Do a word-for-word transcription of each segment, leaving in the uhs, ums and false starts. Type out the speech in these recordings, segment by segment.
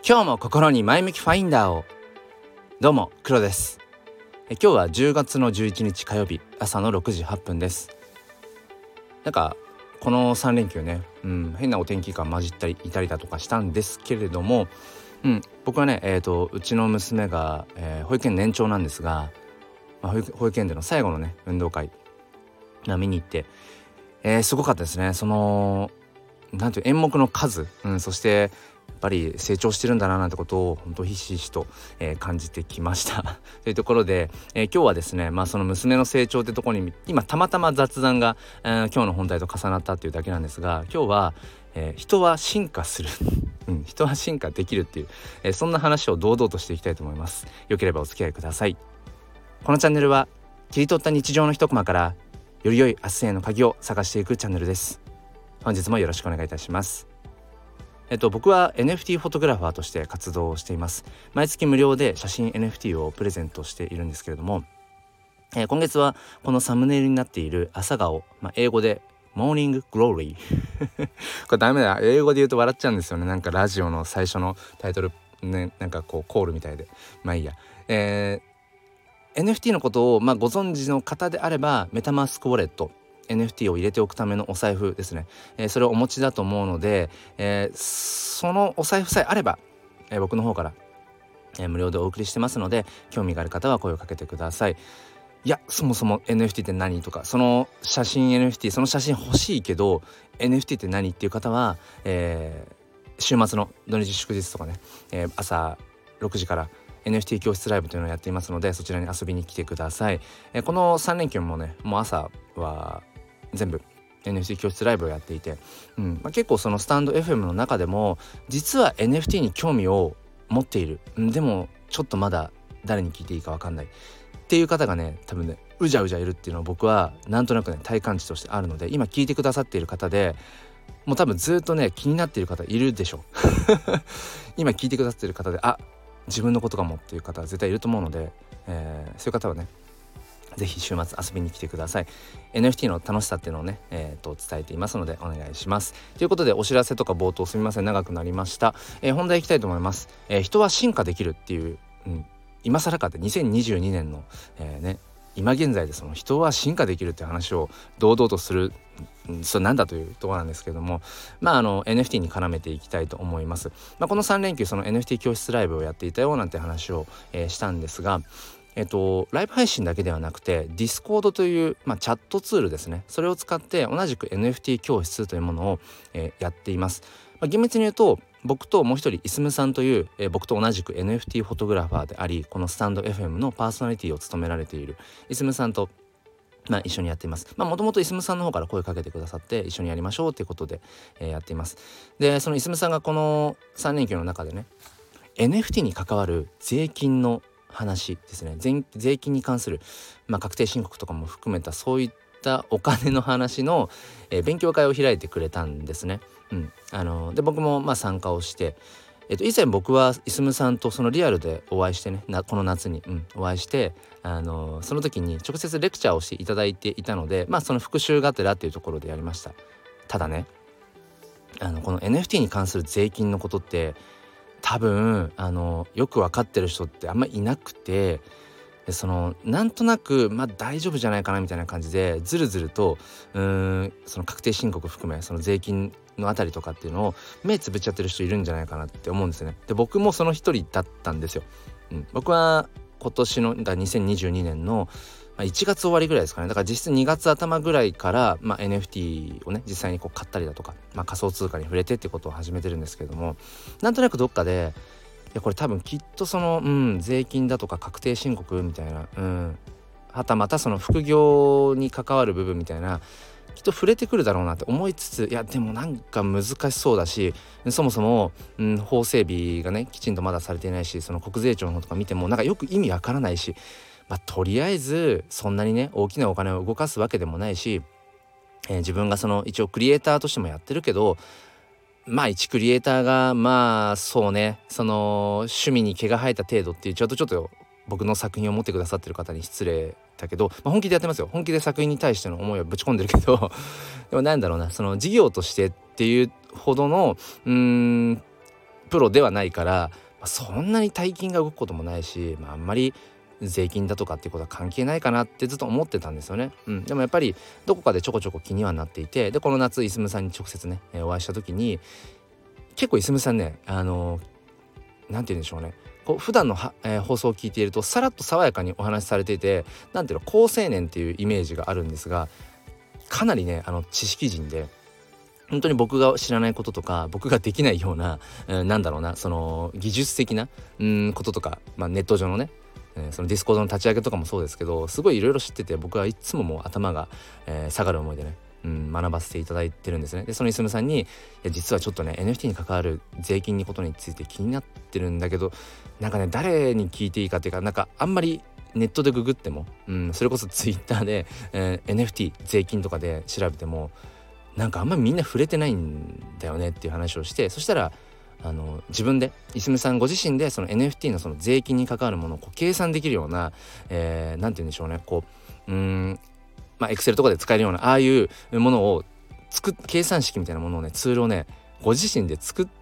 今日も心に前向きファインダーを。どうも黒です。え今日はじゅうがつのじゅういちにち火曜日、朝のろくじはっぷんです。なんかこのさん連休ね、うん、変なお天気が混じったりいたりだとかしたんですけれども、うん、僕はね、えーと、うちの娘が、えー、保育園年長なんですが、まあ、保育、保育園での最後のね運動会見に行って、えー、すごかったですね。そのなんていう演目の数、うん、そしてやっぱり成長してるんだななんてことを本当ひしひしと、えー、感じてきましたというところで、えー、今日はですね、まあその娘の成長ってところに今たまたま雑談が、えー、今日の本題と重なったっていうだけなんですが、今日は、えー、人は進化する、うん、人は進化できるっていう、えー、そんな話を堂々としていきたいと思います。よければお付き合いください。このチャンネルは切り取った日常の一コマからより良い明日への鍵を探していくチャンネルです。本日もよろしくお願いいたします。えっと、僕は エヌエフティー フォトグラファーとして活動をしています。毎月無料で写真 エヌエフティー をプレゼントしているんですけれども、えー、今月はこのサムネイルになっている朝顔、まあ、英語でモーニンググローリーこれダメだ、英語で言うと笑っちゃうんですよね。なんかラジオの最初のタイトルね、なんかこうコールみたいで、まあいいや。えー、エヌエフティー のことを、まあ、ご存知の方であればメタマスクウォレット、エヌエフティー を入れておくためのお財布ですね、えー、それをお持ちだと思うので、えー、そのお財布さえあれば、えー、僕の方から、えー、無料でお送りしてますので、興味がある方は声をかけてください。いや、そもそも エヌエフティー って何とか、その写真 エヌエフティー、その写真欲しいけど エヌエフティー って何っていう方は、えー、週末の土日祝日とかね、えー、朝ろくじからエヌエフティー 教室ライブというのをやっていますので、そちらに遊びに来てください。えー、このさん連休もね、もう朝は全部 エヌエフティー 教室ライブをやっていて、うんまあ、結構そのスタンド エフエム の中でも実は エヌエフティー に興味を持っている、うん、でもちょっとまだ誰に聞いていいか分かんないっていう方がね、多分ねうじゃうじゃいるっていうのは僕はなんとなくね体感値としてあるので、今聞いてくださっている方でもう多分ずっとね気になっている方いるでしょ今聞いてくださっている方で、あ、自分のことかもっていう方は絶対いると思うので、えー、そういう方はねぜひ週末遊びに来てください。 エヌエフティー の楽しさっていうのをね、えー、と伝えていますのでお願いします。ということで、お知らせとか冒頭すみません、長くなりました。えー、本題いきたいと思います。えー、人は進化できるっていう、うん、今更かってにせんにじゅうにねんの、えー、ね今現在でその人は進化できるっていう話を堂々とする、それなんだというところなんですけども、まああの エヌエフティー に絡めていきたいと思います。まあ、このさん連休その エヌエフティー 教室ライブをやっていたよなんて話を、えー、したんですが、えっと、ライブ配信だけではなくて Discord という、まあ、チャットツールですね、それを使って同じく エヌエフティー 教室というものを、えー、やっています。まあ、厳密に言うと僕ともう一人イスムさんという、えー、僕と同じく エヌエフティー フォトグラファーであり、このスタンド エフエム のパーソナリティを務められているイスムさんと、まあ、一緒にやっています。まあもともとイスムさんの方から声かけてくださって一緒にやりましょうということで、えー、やっています。でそのイスムさんがこのさん連休の中でね エヌエフティー に関わる税金の話ですね、 税, 税金に関する、まあ、確定申告とかも含めたそういったお金の話の、えー、勉強会を開いてくれたんですね。うん、あので僕もまあ参加をして、えっと、以前僕はイスムさんとそのリアルでお会いしてね、なこの夏に、うん、お会いして、あのその時に直接レクチャーをしていただいていたので、まあその復習がてらっていうところでやりました。ただね、あのこの エヌエフティー に関する税金のことって多分あのよく分かってる人ってあんまいなくて、でそのなんとなくまあ大丈夫じゃないかなみたいな感じでずるずるとうーんその確定申告含めその税金のあたりとかっていうのを目つぶっちゃってる人いるんじゃないかなって思うんですよね。で僕もその一人だったんですよ。うん、僕は今年のだにせんにじゅうにねんのいちがつ終わりぐらいですかね。だから実質にがつ頭ぐらいから、まあ、エヌエフティー をね実際にこう買ったりだとか、まあ、仮想通貨に触れてってことを始めてるんですけれども、なんとなくどっかでいやこれ多分きっとその、うん、税金だとか確定申告みたいな、うん、はたまたその副業に関わる部分みたいなきっと触れてくるだろうなって思いつつ、いやでもなんか難しそうだし、そもそも、うん、法整備がねきちんとまだされていないし、その国税庁の方とか見てもなんかよく意味わからないし、まあ、とりあえずそんなにね大きなお金を動かすわけでもないし、えー、自分がその一応クリエイターとしてもやってるけど、まあ一クリエイターがまあそうねその趣味に毛が生えた程度っていうちょっとちょっと僕の作品を持ってくださってる方に失礼だけど、まあ、本気でやってますよ。本気で作品に対しての思いをぶち込んでるけどでもなんだろうな、その事業としてっていうほどのうーんプロではないから、まあ、そんなに大金が動くこともないし、まあ、あんまり税金だとかっていうことは関係ないかなってずっと思ってたんですよね、うん、でもやっぱりどこかでちょこちょこ気にはなっていて、でこの夏いすむさんに直接ね、えー、お会いした時に結構いすむさんね、あのー、なんて言うんでしょうね、こう普段のは、えー、放送を聞いているとさらっと爽やかにお話しされていて、なんていうの、好青年っていうイメージがあるんですが、かなりねあの知識人で、本当に僕が知らないこととか僕ができないような、うん、なんだろうな、その技術的な、うん、こととか、まあ、ネット上のね、えー、そのディスコードの立ち上げとかもそうですけど、すごいいろいろ知ってて、僕はいつももう頭が、えー、下がる思いでね、うん、学ばせていただいてるんですね。でそのいすむさんに、いや実はちょっとね エヌエフティー に関わる税金のことについて気になってるんだけど、なんかね誰に聞いていいかっていうか、なんかあんまりネットでググっても、うん、それこそツイッターで、えー、エヌエフティー 税金とかで調べてもなんかあんまりみんな触れてないんだよねっていう話をして、そしたらあの自分でいすむさんご自身でその エヌエフティー のその税金に関わるものをこう計算できるような、えー、なんて言うんでしょうね、こううーんまあエクセルとかで使えるようなああいうものを作っ計算式みたいなものをね、ツールをねご自身で作って、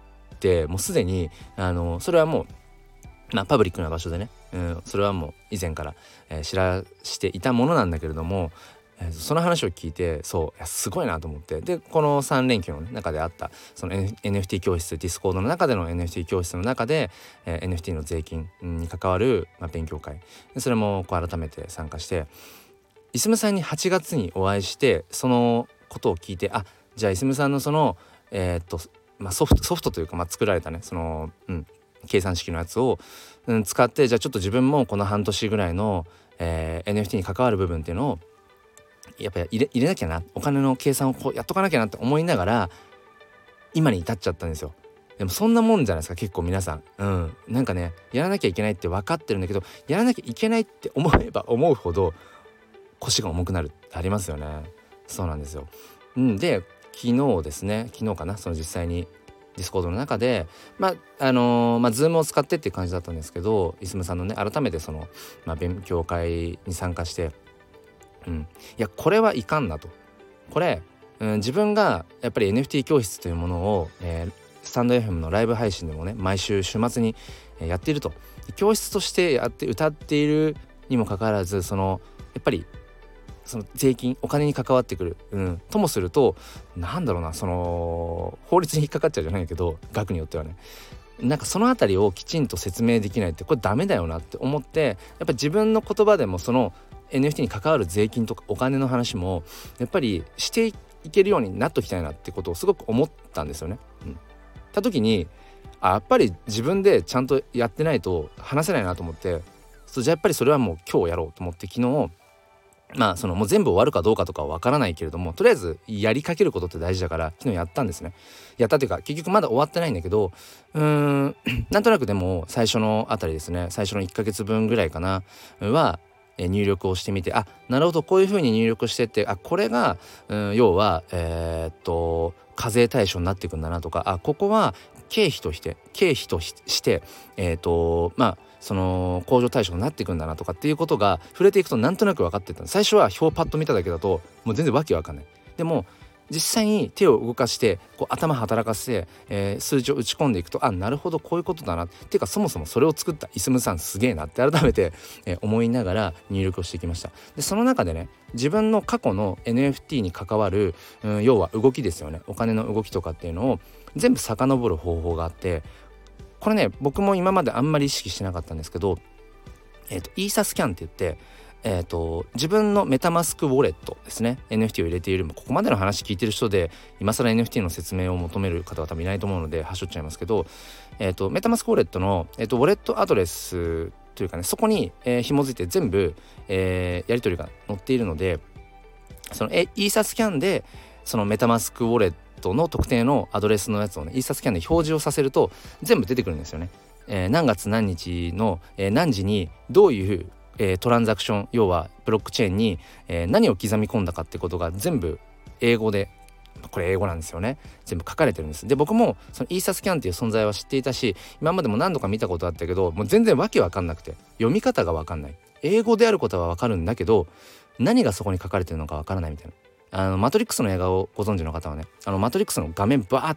もうすでにあのそれはもうまあパブリックな場所でね、うん、それはもう以前から、えー、知らしていたものなんだけれども、えー、その話を聞いて、そういやすごいなと思って、でこのさん連休の、ね、中であったその エヌエフティー 教室、ディスコードの中での エヌエフティー 教室の中で、えー、エヌエフティー の税金に関わる、まあ、勉強会、それもこう改めて参加して、いすむさんにはちがつにお会いして、そのことを聞いて、あじゃあいすむさんのそのえー、っと、まあ、ソフトソフトというか、まあ、作られたねその、うん、計算式のやつを、うん、使って、じゃあちょっと自分もこの半年ぐらいの、えー、エヌエフティー に関わる部分っていうのをやっぱり入れ、入れなきゃな、お金の計算をこうやっとかなきゃなって思いながら今に至っちゃったんですよ。でもそんなもんじゃないですか、結構皆さん、うん、なんかねやらなきゃいけないって分かってるんだけど、やらなきゃいけないって思えば思うほど腰が重くなるってありますよね。そうなんですよ、うん、で昨日ですね昨日かな、その実際にディスコードの中でまああのー、まあズームを使ってっていう感じだったんですけど、いすむさんのね改めてその、まあ、勉強会に参加して、うん、いやこれはいかんなと、これ、うん、自分がやっぱり エヌエフティー 教室というものを、えー、スタンド エフエム のライブ配信でもね毎週週末にやっていると、教室としてやって歌っているにもかかわらず、そのやっぱりその税金お金に関わってくる、うん、ともするとなんだろうな、その法律に引っかかっちゃうじゃないけど、額によってはね、なんかそのあたりをきちんと説明できないってこれダメだよなって思って、やっぱ自分の言葉でもその エヌエフティー に関わる税金とかお金の話もやっぱりしていけるようになっときたいなってことをすごく思ったんですよね。うん、た時にあやっぱり自分でちゃんとやってないと話せないなと思って、そうじゃあやっぱりそれはもう今日やろうと思って昨日まあそのもう全部終わるかどうかとかはわからないけれども、とりあえずやりかけることって大事だから昨日やったんですね。やったというか結局まだ終わってないんだけど、うーんなんとなくでも最初のあたりですね、最初のいっかげつぶんぐらいかなは入力をしてみて、あなるほどこういう風に入力してって、あこれが、うん、要はえー、っと課税対象になっていくんだなとか、あここは経費として経費としてえー、っとまあその控除対象になっていくんだなとかっていうことが触れていくとなんとなく分かってた。最初は表パッと見ただけだともう全然わけわかんない。でも実際に手を動かしてこう頭働かせて、えー、数字を打ち込んでいくと、あなるほどこういうことだなっていうか、そもそもそれを作ったいすむさんすげえなって改めて、えー、思いながら入力をしてきました。でその中でね自分の過去の エヌエフティー に関わる、うん、要は動きですよね、お金の動きとかっていうのを全部遡る方法があって、これね僕も今まであんまり意識してなかったんですけど、えーと、イーサスキャンって言って、えーと、自分のメタマスクウォレットですね エヌエフティー を入れている、ここまでの話聞いてる人で今更 エヌエフティー の説明を求める方は多分いないと思うのではしょっちゃいますけど、えーと、メタマスクウォレットの、えーと、ウォレットアドレスというかね、そこに、えー、紐づいて全部、えー、やり取りが載っているので、そのイーサスキャンでそのメタマスクウォレットの特定のアドレスのやつをねイーサスキャンで表示をさせると全部出てくるんですよね。えー、何月何日の、えー、何時にどういう、えー、トランザクション、要はブロックチェーンに、えー、何を刻み込んだかってことが全部英語で、これ英語なんですよね、全部書かれてるんです。で僕もそのイーサスキャンっていう存在は知っていたし、今までも何度か見たことあったけど、もう全然わけわかんなくて読み方がわかんない、英語であることはわかるんだけど何がそこに書かれてるのかわからないみたいな。あのマトリックスの映画をご存知の方はね、あのマトリックスの画面バーって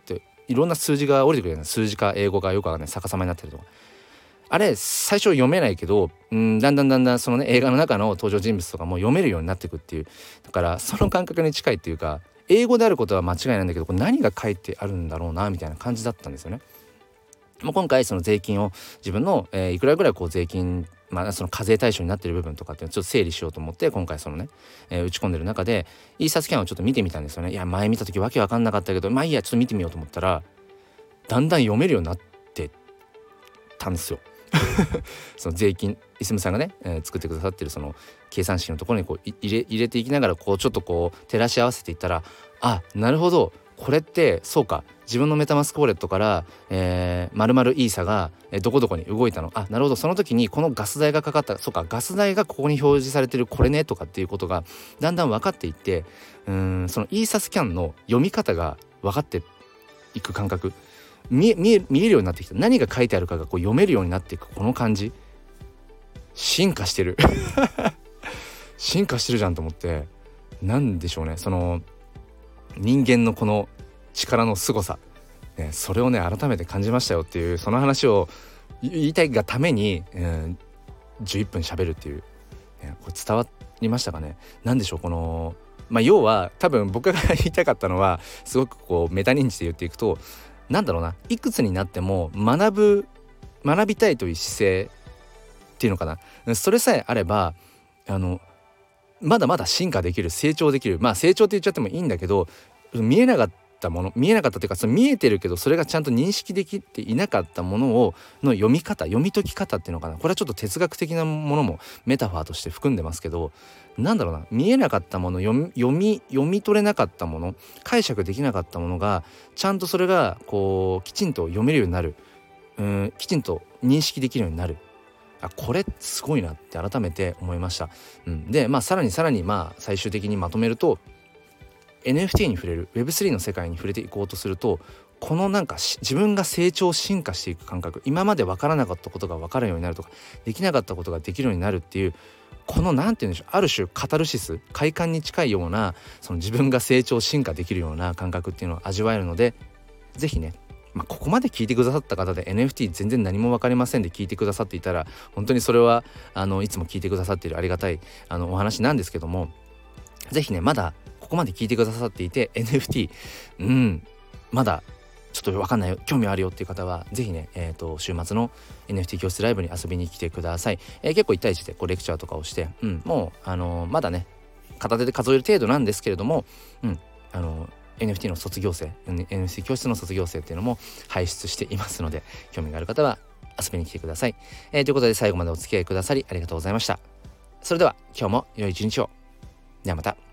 いろんな数字が降りてくるような、数字か英語かよくわかんない逆さまになってるとか、あれ最初読めないけど、うん、だんだんだんだんそのね映画の中の登場人物とかも読めるようになっていくっていう、だからその感覚に近いっていうか、英語であることは間違いないんだけど、これ何が書いてあるんだろうなみたいな感じだったんですよね。もう今回その税金を自分の、えー、いくらぐらいこう税金、まあ、その課税対象になっている部分とかっていうのをちょっと整理しようと思って、今回そのね、えー、打ち込んでる中でイーサスキャンをちょっと見てみたんですよね。いや前見た時わけわかんなかったけど、まあいいやちょっと見てみようと思ったら、だんだん読めるようになってたんですよその税金、イスムさんがね、えー、作ってくださってるその計算式のところにこう入れ入れていきながら、こうちょっとこう照らし合わせていったら、あ、なるほど、これってそうか、自分のメタマスクウォレットから、えー、〇〇イーサが、えー、どこどこに動いたの、あ、なるほど、その時にこのガス代がかかった、そうか、ガス代がここに表示されてるこれねとかっていうことがだんだん分かっていって、うーんそのイーサスキャンの読み方が分かっていく感覚、見え見え見えるようになってきた、何が書いてあるかがこう読めるようになっていくこの感じ、進化してる進化してるじゃんと思って、なんでしょうね、その人間のこの力の凄さ、ね、それをね改めて感じましたよっていう、その話を言いたいがために、えー、じゅういっぷん喋るっていう、ね、これ伝わりましたかね。なんでしょう、このまあ要は多分僕が言いたかったのは、すごくこうメタ認知で言っていくと、なんだろうな、いくつになっても学ぶ学びたいという姿勢っていうのかな、それさえあれば、あのまだまだ進化できる、成長できる、まあ成長って言っちゃってもいいんだけど、見えなかったもの、見えなかったというか、その見えてるけどそれがちゃんと認識できていなかったものをの読み方、読み解き方っていうのかな、これはちょっと哲学的なものもメタファーとして含んでますけど、なんだろうな、見えなかったもの、読み読み読み取れなかったもの、解釈できなかったものがちゃんとそれがこうきちんと読めるようになる、うーんきちんと認識できるようになる、あ、これすごいなって改めて思いました、うん、でまあさらにさらにまあ最終的にまとめると、 エヌエフティー に触れる ウェブスリー の世界に触れていこうとすると、このなんか自分が成長進化していく感覚、今まで分からなかったことが分かるようになるとか、できなかったことができるようになるっていう、このなんて言うんでしょう、ある種カタルシス、快感に近いような、その自分が成長進化できるような感覚っていうのを味わえるので、ぜひね、まあ、ここまで聞いてくださった方で エヌエフティー 全然何も分かりませんで聞いてくださっていたら、本当にそれはあのいつも聞いてくださっているありがたいあのお話なんですけども、ぜひね、まだここまで聞いてくださっていて エヌエフティー うんまだちょっと分かんないよ、興味あるよっていう方はぜひね、えー、と週末の エヌエフティー 教室ライブに遊びに来てください。えー、結構いち対いちでこうレクチャーとかをして、うん、もう、あのー、まだね片手で数える程度なんですけれども、うんあのーエヌエフティー の卒業生 エヌエフティー 教室の卒業生っていうのも輩出していますので、興味がある方は遊びに来てください。えー、ということで最後までお付き合いくださりありがとうございました。それでは今日も良い一日を。ではまた。